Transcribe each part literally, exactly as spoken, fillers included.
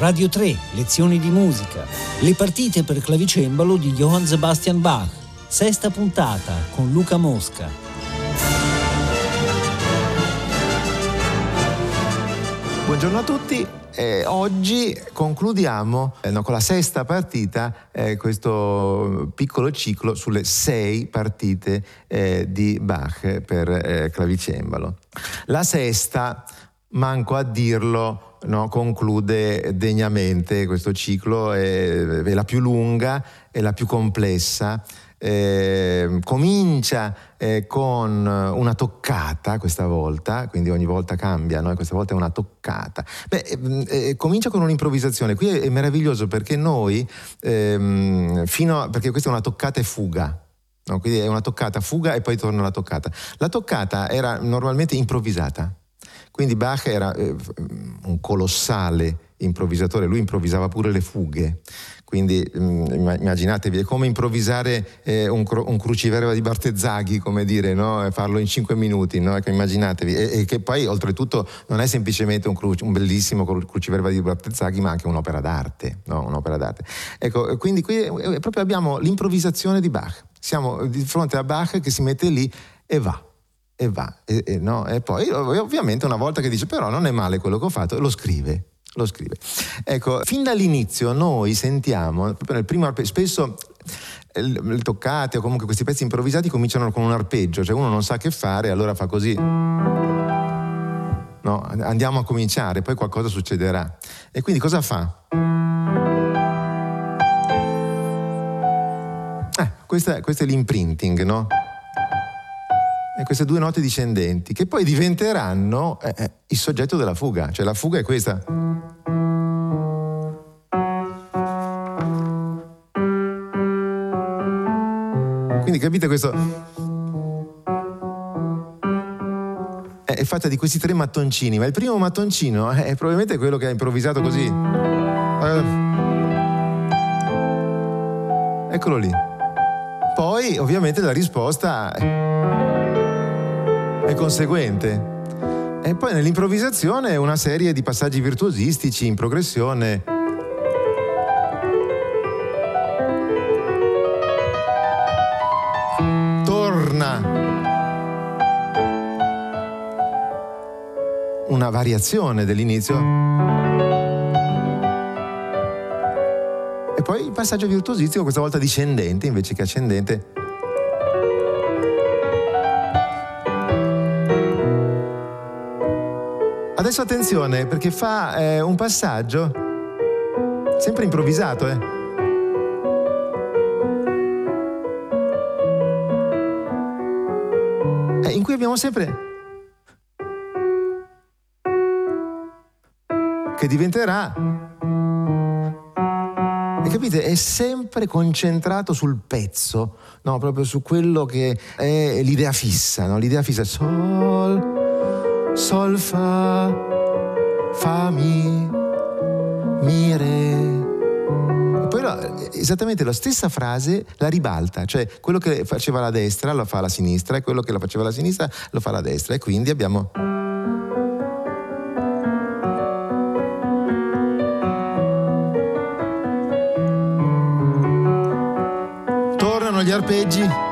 Radio tre, lezioni di musica, le partite per clavicembalo di Johann Sebastian Bach, sesta puntata con Luca Mosca. Buongiorno a tutti. Eh, oggi concludiamo eh, no, con la sesta partita eh, questo piccolo ciclo sulle sei partite eh, di Bach per eh, clavicembalo. La sesta, manco a dirlo, no, conclude degnamente questo ciclo, è, è la più lunga, è la più complessa. Eh, comincia eh, con una toccata questa volta, quindi ogni volta cambia, no? Questa volta è una toccata. Beh, eh, eh, comincia con un'improvvisazione. Qui è, è meraviglioso perché noi, ehm, fino a, perché questa è una toccata e fuga. No? Quindi è una toccata, fuga e poi torna la toccata. La toccata era normalmente improvvisata. Quindi Bach era eh, un colossale improvvisatore, lui improvvisava pure le fughe. Quindi immaginatevi, è come improvvisare eh, un, cro- un cruciverba di Bartezzaghi, come dire, no? E farlo in cinque minuti, no? Ecco, immaginatevi. E, e che poi oltretutto non è semplicemente un, cru- un bellissimo cruciverba di Bartezzaghi, ma anche un'opera d'arte, no? Un'opera d'arte. Ecco, quindi qui è, è, proprio abbiamo l'improvvisazione di Bach. Siamo di fronte a Bach che si mette lì e va. E va. E, e, no? E poi ovviamente una volta che dice però non è male quello che ho fatto, lo scrive. Lo scrive. Ecco, fin dall'inizio noi sentiamo, proprio nel primo arpeggio, spesso le toccate o comunque questi pezzi improvvisati cominciano con un arpeggio, cioè uno non sa che fare, allora fa così. No, andiamo a cominciare, poi qualcosa succederà. E quindi cosa fa? Eh, questo è, questo è l'imprinting, no? E queste due note discendenti che poi diventeranno eh, eh, il soggetto della fuga, cioè la fuga è questa. Quindi capite questo? È, è fatta di questi tre mattoncini, ma il primo mattoncino è, è probabilmente quello che ha improvvisato così. Eh, eccolo lì. Poi ovviamente la risposta è conseguente. E poi nell'improvvisazione una serie di passaggi virtuosistici in progressione. Torna una variazione dell'inizio. E poi il passaggio virtuosistico, questa volta discendente invece che ascendente. Adesso attenzione, perché fa eh, un passaggio sempre improvvisato, eh. eh in cui abbiamo sempre che diventerà, e capite, è sempre concentrato sul pezzo, no, proprio su quello che è l'idea fissa, no? L'idea fissa, sol Sol, fa, fa, mi, mi, re. E poi la, esattamente la stessa frase la ribalta, cioè quello che faceva la destra lo fa la sinistra e quello che la faceva la sinistra lo fa la destra. E quindi abbiamo... Tornano gli arpeggi.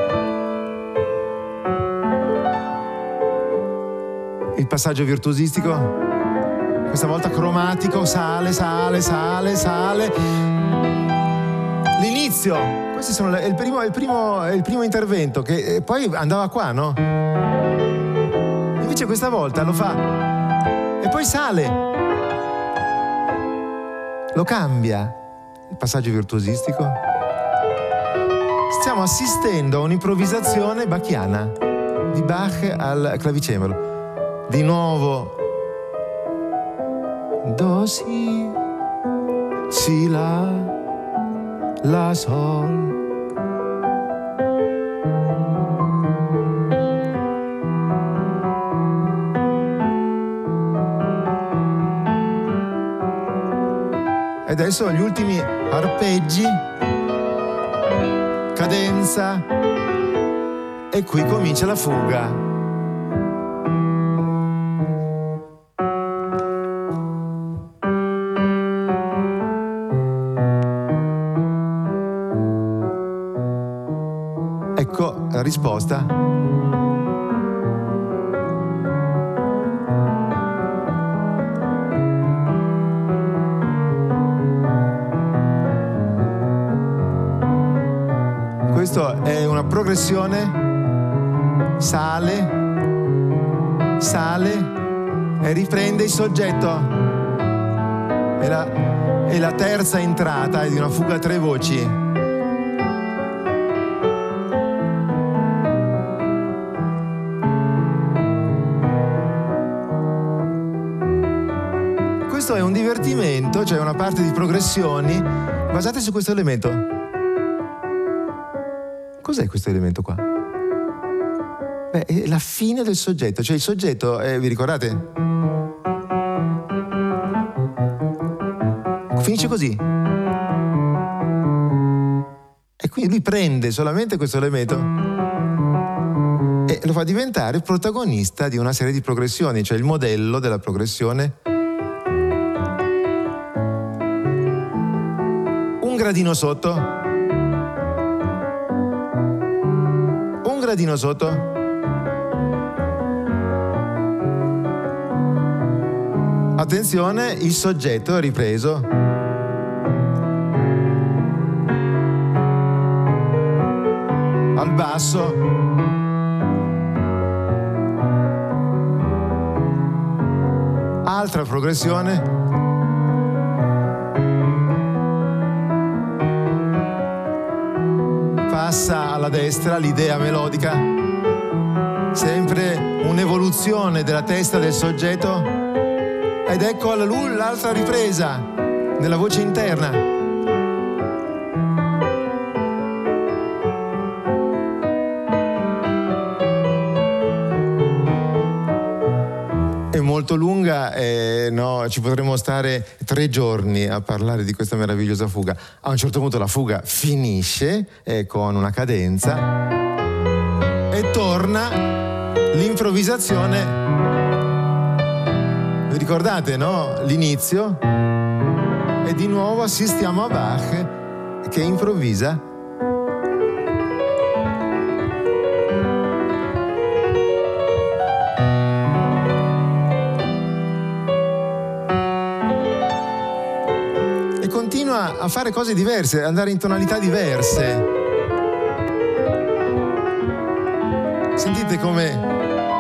Il passaggio virtuosistico, questa volta cromatico, sale, sale, sale, sale. L'inizio, questo sono le, è, il primo, è, il primo, è il primo intervento che poi andava qua, no? Invece questa volta lo fa e poi sale, lo cambia. Il passaggio virtuosistico. Stiamo assistendo a un'improvvisazione bachiana di Bach al clavicembalo. Di nuovo do, si, si, la, la, sol. E adesso gli ultimi arpeggi, cadenza, e qui comincia la fuga. la risposta. Questo è una progressione, sale, sale e riprende il soggetto. E la, e la terza entrata è di una fuga a tre voci. Questo è un divertimento, cioè una parte di progressioni basate su questo elemento. Cos'è questo elemento qua? Beh, è la fine del soggetto, cioè il soggetto, eh, vi ricordate? Finisce così. E quindi lui prende solamente questo elemento e lo fa diventare protagonista di una serie di progressioni, cioè il modello della progressione. Un gradino sotto. Un gradino sotto. Attenzione, il soggetto è ripreso. Al basso. Altra progressione. Passa alla destra l'idea melodica. Sempre un'evoluzione della testa del soggetto. Ed ecco l'altra ripresa nella voce interna. È molto lunga e no, ci potremmo stare tre giorni a parlare di questa meravigliosa fuga. A un certo punto la fuga finisce eh, con una cadenza e torna l'improvvisazione. Vi ricordate, no? L'inizio. E di nuovo assistiamo a Bach che improvvisa. E continua a fare cose diverse, andare in tonalità diverse. Sentite come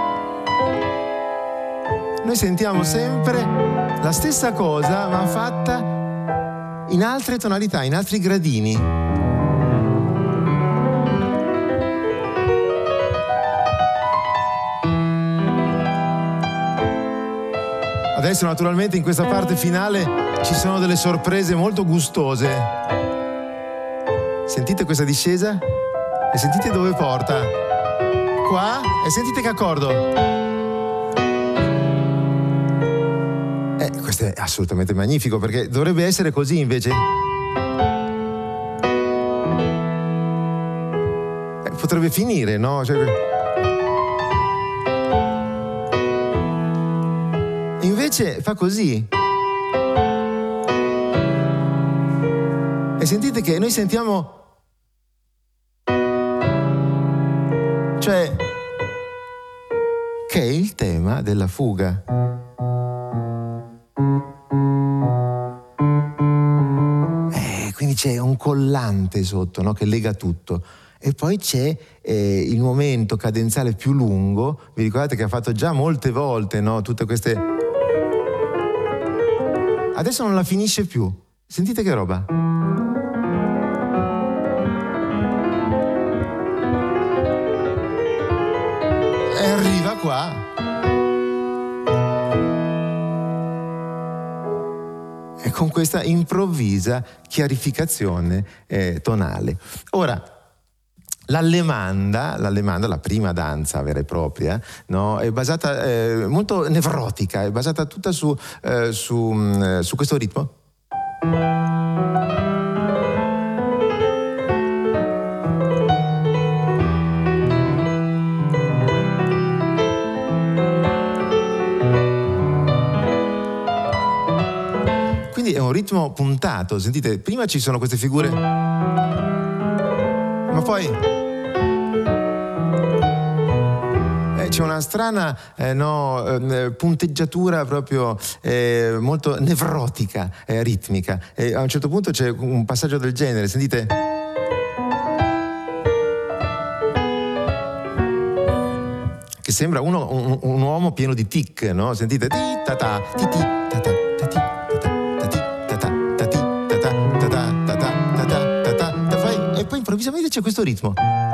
noi sentiamo sempre la stessa cosa, ma fatta in altre tonalità, in altri gradini. Adesso naturalmente in questa parte finale ci sono delle sorprese molto gustose. Sentite questa discesa e sentite dove porta. Qua e sentite che accordo. Questo è assolutamente magnifico perché dovrebbe essere così invece. Eh, potrebbe finire, no? Cioè... Invece fa così. E sentite che noi sentiamo, cioè, che è il tema della fuga. C'è un collante sotto, no? Che lega tutto. E poi c'è eh, il momento cadenzale più lungo. Vi ricordate che ha fatto già molte volte, no? Tutte queste... Adesso non la finisce più. Sentite che roba. E arriva qua. Con questa improvvisa chiarificazione eh, tonale. Ora, l'allemanda, l'allemanda, la prima danza vera e propria, no, è basata, eh, molto nevrotica, è basata tutta su, eh, su, su questo ritmo. È un ritmo puntato, sentite, prima ci sono queste figure, ma poi c'è una strana eh, no, eh, punteggiatura proprio eh, molto nevrotica, eh, ritmica. E a un certo punto c'è un passaggio del genere, sentite? Che sembra uno, un, un uomo pieno di tic, no? Sentite? Ti ta ta, ti ti ta ta, ta ti ta ta, ta ti ta ta, ta ti ta ta, ta ta ta ta ta ta ta ta fai, e poi improvvisamente c'è questo ritmo.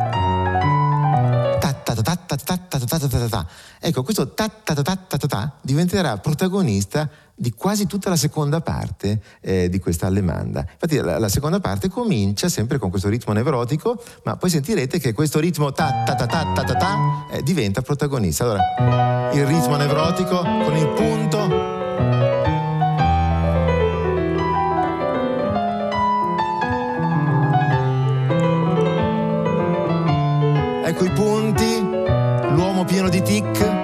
Ta ta ta ta ta ta ta ta ta ta ta. Ecco, questo ta ta ta ta ta ta ta diventerà protagonista di quasi tutta la seconda parte eh, di questa allemanda. Infatti la, la seconda parte comincia sempre con questo ritmo nevrotico, ma poi sentirete che questo ritmo ta ta ta ta ta ta ta eh, diventa protagonista. Allora, il ritmo nevrotico con il punto. Ecco i punti, l'uomo pieno di tic.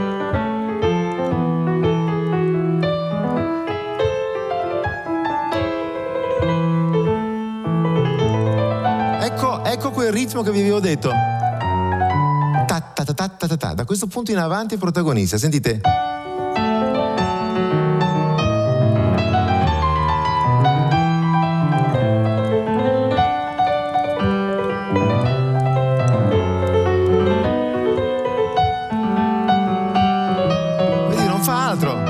Ecco quel ritmo che vi avevo detto. Ta ta ta ta ta ta. Da questo punto in avanti è protagonista. Sentite. Vedi, non fa altro.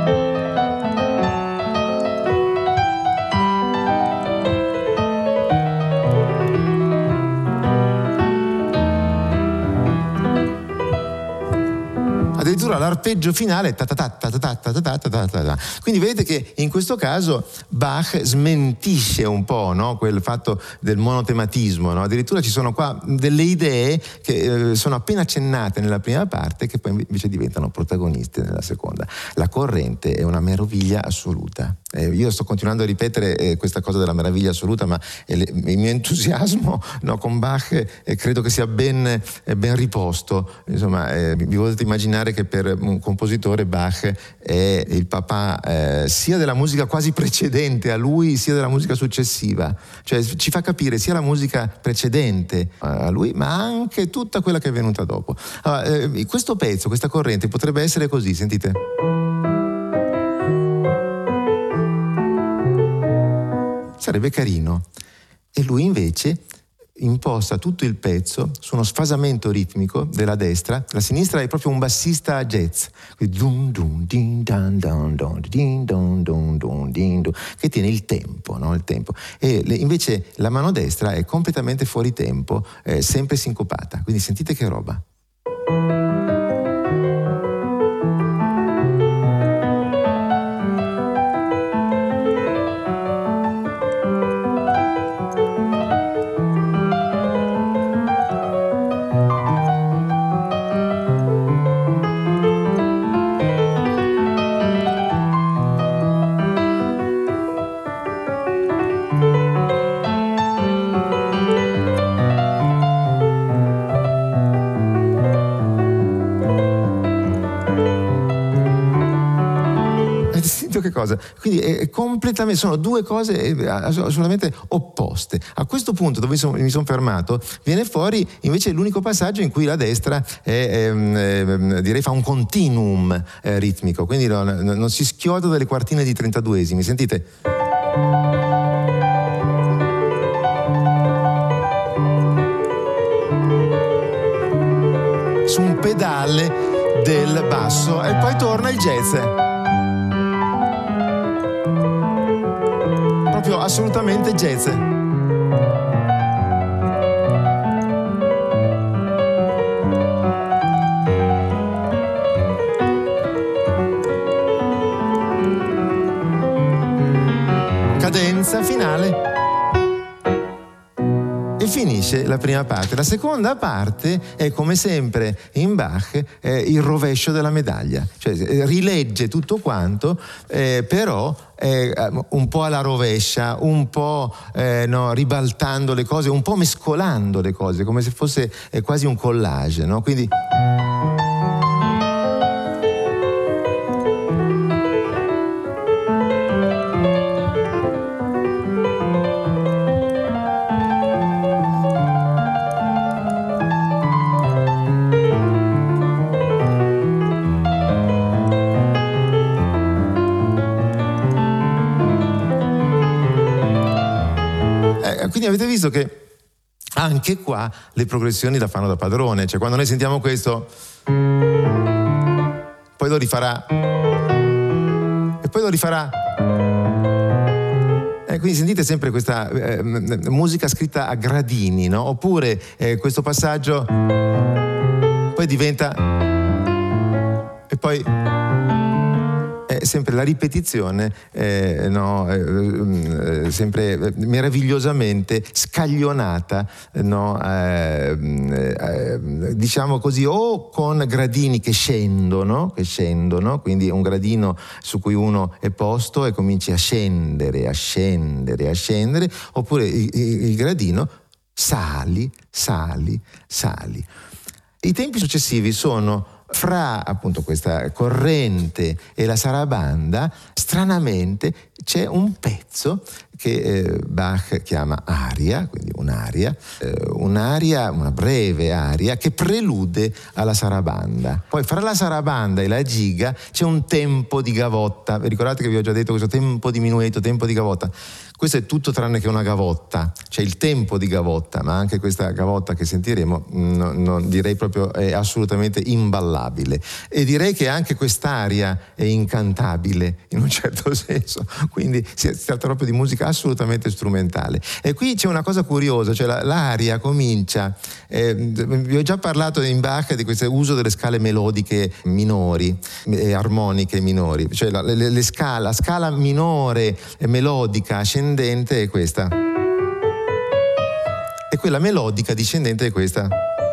Addirittura l'arpeggio finale ta ta ta ta ta ta ta ta ta ta ta. Quindi vedete che in questo caso Bach smentisce un po', no? Quel fatto del monotematismo, no? Addirittura ci sono qua delle idee che eh, sono appena accennate nella prima parte che poi invece diventano protagoniste nella seconda. La corrente è una meraviglia assoluta. Eh, io sto continuando a ripetere eh, questa cosa della meraviglia assoluta, ma eh, le, il mio entusiasmo no, con Bach eh, credo che sia ben, eh, ben riposto. Insomma, eh, vi potete immaginare che per un compositore Bach è il papà eh, sia della musica quasi precedente a lui sia della musica successiva, cioè ci fa capire sia la musica precedente a lui ma anche tutta quella che è venuta dopo. Allora, eh, questo pezzo, questa corrente potrebbe essere così, sentite. Sarebbe carino, e lui invece imposta tutto il pezzo su uno sfasamento ritmico della destra. La sinistra è proprio un bassista jazz, che tiene il tempo, no? Il tempo. E le, invece la mano destra è completamente fuori tempo, eh, sempre sincopata. Quindi sentite che roba. Che cosa? Quindi è completamente, sono due cose assolutamente opposte. A questo punto dove mi sono fermato viene fuori invece l'unico passaggio in cui la destra è, è, è, direi fa un continuum eh, ritmico, quindi non, non si schioda dalle quartine di trentaduesimi. Sentite. Su un pedale del basso e poi torna il jazz. Proprio assolutamente jazz. Cadenza finale. E finisce la prima parte. La seconda parte è, come sempre in Bach, eh, il rovescio della medaglia, cioè rilegge tutto quanto, eh, però eh, un po' alla rovescia, un po' eh, no, ribaltando le cose, un po' mescolando le cose, come se fosse eh, quasi un collage, no? Quindi quindi avete visto che anche qua le progressioni la fanno da padrone, cioè quando noi sentiamo questo, poi lo rifarà, e poi lo rifarà. Eh, quindi sentite sempre questa eh, musica scritta a gradini, no? Oppure eh, questo passaggio poi diventa, e poi sempre la ripetizione, eh, no, eh, sempre meravigliosamente scaglionata, no, eh, eh, diciamo così, o con gradini che scendono, che scendono, quindi un gradino su cui uno è posto e cominci a scendere, a scendere, a scendere, oppure il, il gradino sali, sali, sali. I tempi successivi sono fra appunto questa corrente e la sarabanda. Stranamente c'è un pezzo che eh, Bach chiama aria, quindi un'aria, eh, un'aria, una breve aria che prelude alla sarabanda. Poi fra la sarabanda e la giga c'è un tempo di gavotta. Vi ricordate che vi ho già detto questo tempo diminuito, tempo di gavotta? Questo è tutto tranne che una gavotta, c'è il tempo di gavotta, ma anche questa gavotta che sentiremo non, non direi proprio è assolutamente imballabile, e direi che anche quest'aria è incantabile in un certo senso, quindi si tratta proprio di musica assolutamente strumentale. E qui c'è una cosa curiosa, cioè la, l'aria comincia, eh, vi ho già parlato in Bach di questo uso delle scale melodiche minori e armoniche minori, cioè la, le, le scala, la scala minore e melodica ascendente è questa, e quella melodica discendente è questa.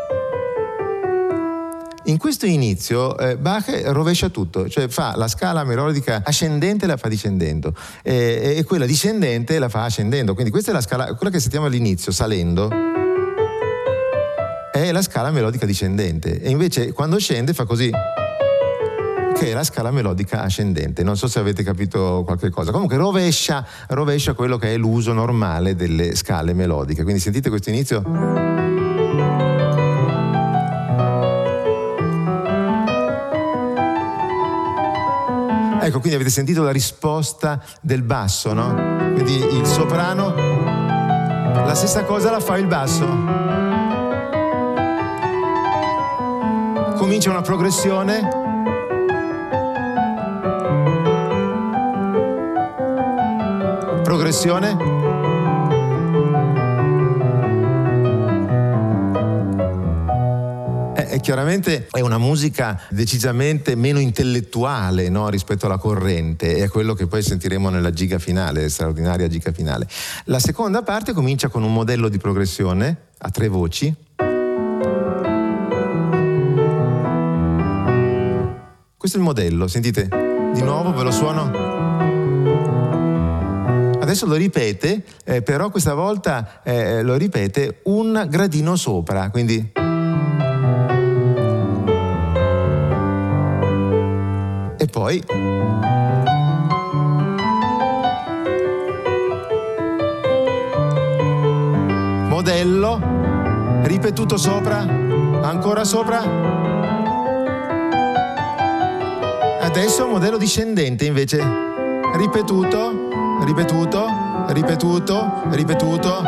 In questo inizio eh, Bach rovescia tutto, cioè fa la scala melodica ascendente, la fa discendendo, e, e quella discendente la fa ascendendo. Quindi questa è la scala, quella che sentiamo all'inizio salendo è la scala melodica discendente, e invece quando scende fa così, che è la scala melodica ascendente. Non so se avete capito qualche cosa. Comunque rovescia, rovescia quello che è l'uso normale delle scale melodiche. Quindi sentite questo inizio. Ecco, quindi avete sentito la risposta del basso, no? Quindi il soprano, la stessa cosa la fa il basso. Comincia una progressione. Progressione. Eh, chiaramente è una musica decisamente meno intellettuale, no, rispetto alla corrente, e a quello che poi sentiremo nella giga finale, straordinaria giga finale. La seconda parte comincia con un modello di progressione a tre voci. Questo è il modello, sentite? Di nuovo ve lo suono. Adesso lo ripete, eh, però questa volta eh, lo ripete un gradino sopra, quindi e poi modello ripetuto sopra, ancora sopra. Adesso modello discendente invece, ripetuto, ripetuto, ripetuto, ripetuto,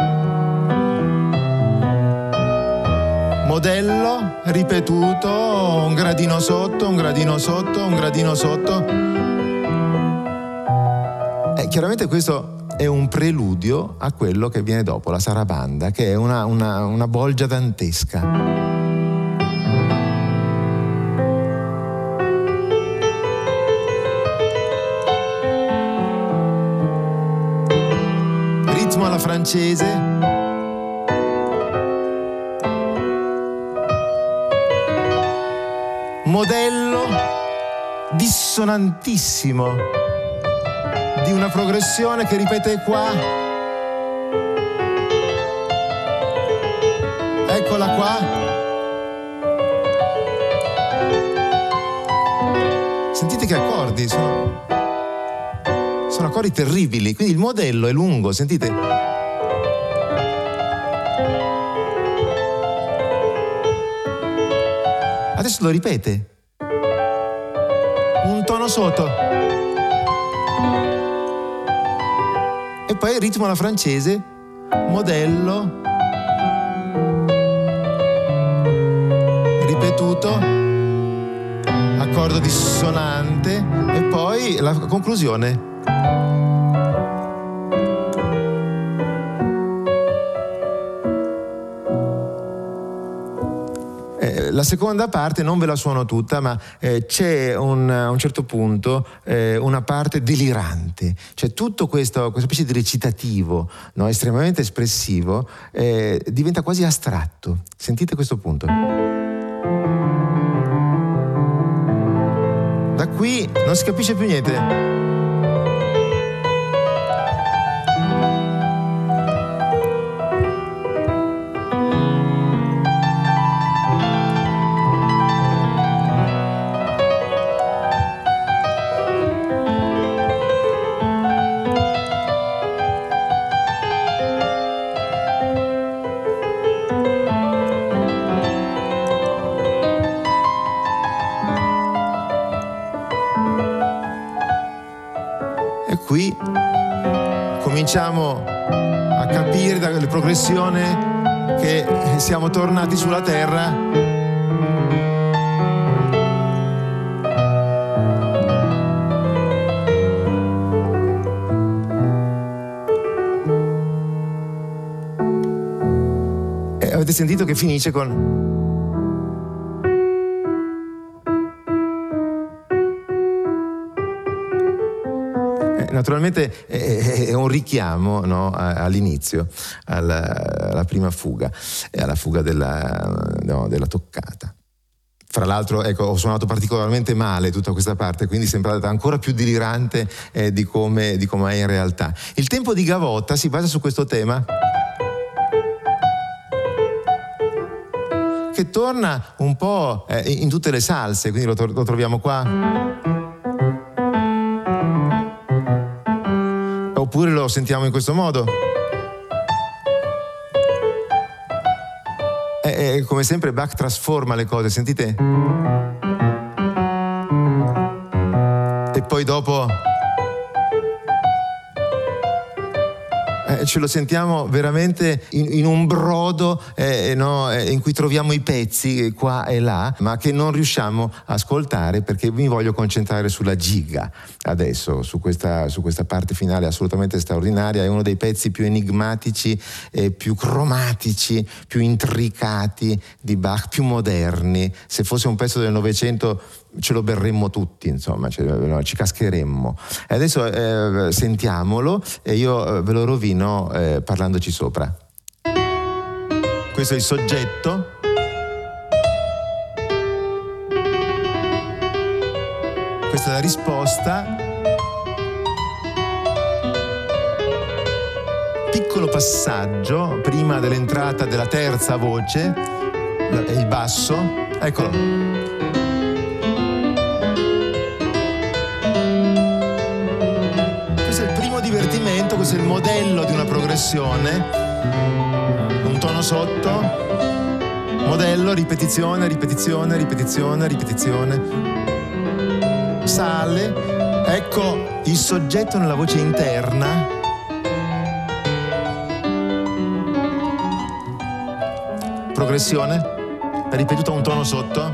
modello, ripetuto, un gradino sotto, un gradino sotto, un gradino sotto. Eh, chiaramente questo è un preludio a quello che viene dopo, la sarabanda, che è una, una, una bolgia dantesca. Alla francese, modello dissonantissimo di una progressione che ripete qua, eccola qua, sentite che accordi sono. Sono accordi terribili, quindi il modello è lungo, sentite? Adesso lo ripete. Un tono sotto. E poi il ritmo alla francese. modello, ripetuto, accordo dissonante e poi la conclusione. La seconda parte non ve la suono tutta, ma eh, c'è un, a un certo punto eh, una parte delirante, cioè tutto questo, questa specie di recitativo, no, estremamente espressivo, eh, diventa quasi astratto. Sentite questo punto. Da qui non si capisce più niente. Qui cominciamo a capire dalla progressione che siamo tornati sulla Terra. E avete sentito che finisce con... Naturalmente è un richiamo, no, all'inizio, alla, alla prima fuga, alla fuga della, no, della toccata. Fra l'altro, ecco, ho suonato particolarmente male tutta questa parte, quindi sembra ancora più delirante eh, di come di come è in realtà. Il tempo di gavotta si basa su questo tema, che torna un po' eh, in tutte le salse, quindi lo, lo troviamo qua. Oppure lo sentiamo in questo modo. E, e, come sempre Bach trasforma le cose, sentite? E poi dopo eh, ce lo sentiamo veramente in, in un brodo eh, no, eh, in cui troviamo i pezzi qua e là, ma che non riusciamo a ascoltare perché mi voglio concentrare sulla giga adesso, su questa, su questa parte finale assolutamente straordinaria. È uno dei pezzi più enigmatici, eh, più cromatici, più intricati di Bach, più moderni. Se fosse un pezzo del Novecento ce lo berremmo tutti, insomma, cioè, no, ci cascheremmo. E adesso eh, sentiamolo e io ve lo rovino eh, parlandoci sopra. Questo è il soggetto. Questa è la risposta. Piccolo passaggio prima dell'entrata della terza voce, il basso. Eccolo. Questo è il primo divertimento, questo è il modello di una progressione. Un tono sotto, modello, ripetizione, ripetizione, ripetizione, ripetizione. Sale, ecco il soggetto nella voce interna. Progressione, ripetuto a un tono sotto.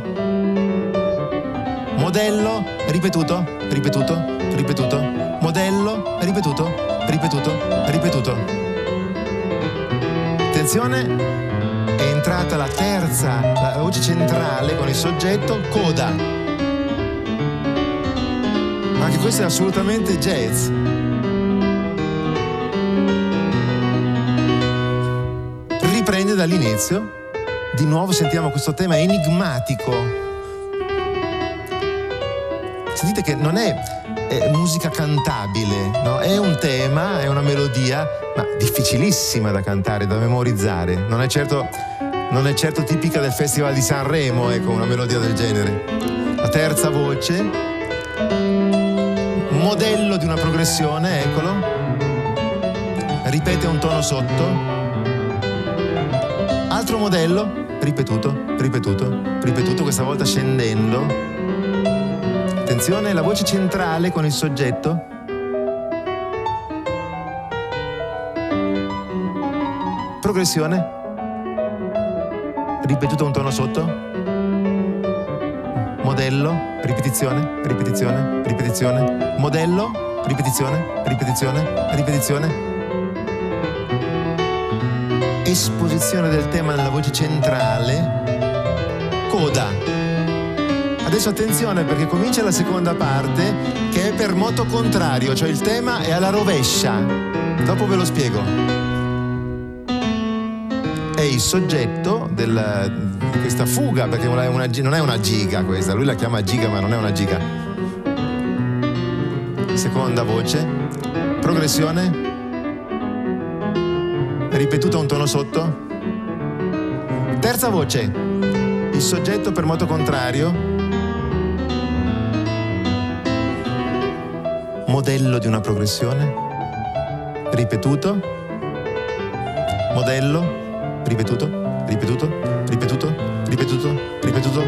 Modello, ripetuto, ripetuto, ripetuto. Modello, ripetuto, ripetuto, ripetuto. Attenzione, è entrata la terza, la voce centrale con il soggetto, coda. Ma anche questo è assolutamente jazz. Riprende dall'inizio. Di nuovo sentiamo questo tema enigmatico. Sentite che non è, è musica cantabile, no? È un tema, è una melodia, ma difficilissima da cantare, da memorizzare. Non è certo, non è certo tipica del Festival di Sanremo, ecco, una melodia del genere. La terza voce. Modello di una progressione, eccolo. Ripete un tono sotto. Altro modello, ripetuto, ripetuto, ripetuto, questa volta scendendo. Attenzione, la voce centrale con il soggetto. progressione, ripetuto un tono sotto, modello, ripetizione, ripetizione, ripetizione, modello, ripetizione, ripetizione, ripetizione, esposizione del tema nella voce centrale, coda. Adesso attenzione perché comincia la seconda parte che è per moto contrario, cioè il tema è alla rovescia. Dopo ve lo spiego. È il soggetto della, di questa fuga, perché è una, non è una giga questa, lui la chiama giga ma non è una giga. Seconda voce, progressione, ripetuta un tono sotto. Terza voce, il soggetto per moto contrario, modello di una progressione, ripetuto, modello, ripetuto, ripetuto, ripetuto, ripetuto, ripetuto.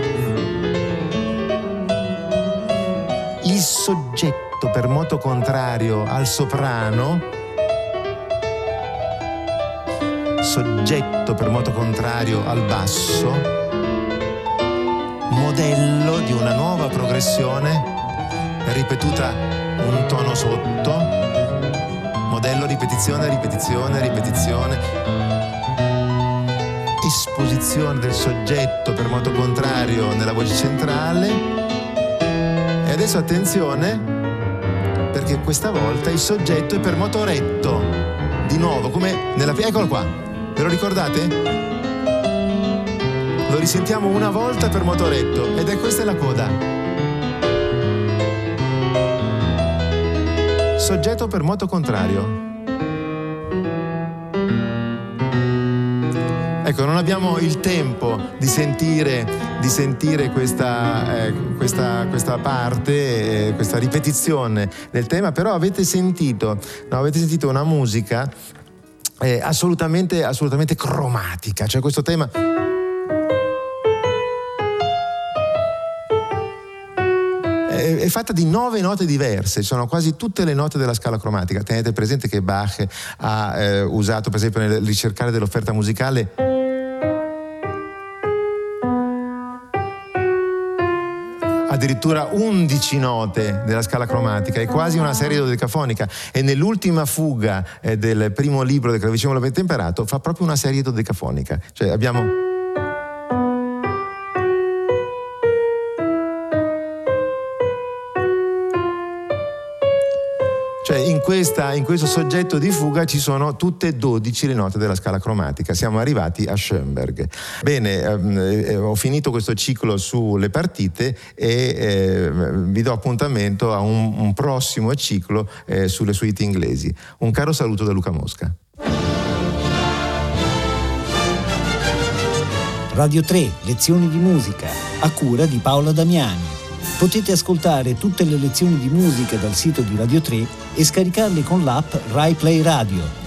Il soggetto per moto contrario al soprano, soggetto per moto contrario al basso, modello di una nuova progressione ripetuta un tono sotto, modello, ripetizione, ripetizione, ripetizione, esposizione del soggetto per moto contrario nella voce centrale. E adesso attenzione, perché questa volta il soggetto è per moto retto, di nuovo, come nella... Eccolo qua, ve lo ricordate? Lo risentiamo una volta per moto retto, ed è questa la coda. Soggetto per moto contrario. Ecco, non abbiamo il tempo di sentire, di sentire questa, eh, questa, questa parte, eh, questa ripetizione del tema, però avete sentito, no, avete sentito una musica eh, assolutamente, assolutamente cromatica, cioè questo tema... è fatta di nove note diverse, sono quasi tutte le note della scala cromatica. Tenete presente che Bach ha eh, usato, per esempio, nel ricercare dell'offerta musicale addirittura undici note della scala cromatica, è quasi una serie dodecafonica, e nell'ultima fuga eh, del primo libro del Clavicembalo ben temperato fa proprio una serie dodecafonica, cioè abbiamo... Cioè in, questa, in questo soggetto di fuga ci sono tutte e dodici le note della scala cromatica. Siamo arrivati a Schoenberg. Bene, eh, ho finito questo ciclo sulle partite e eh, vi do appuntamento a un, un prossimo ciclo eh, sulle suite inglesi. Un caro saluto da Luca Mosca. Radio tre, lezioni di musica, a cura di Paola Damiani. Potete ascoltare tutte le lezioni di musica dal sito di Radio tre e scaricarle con l'app Rai Play Radio.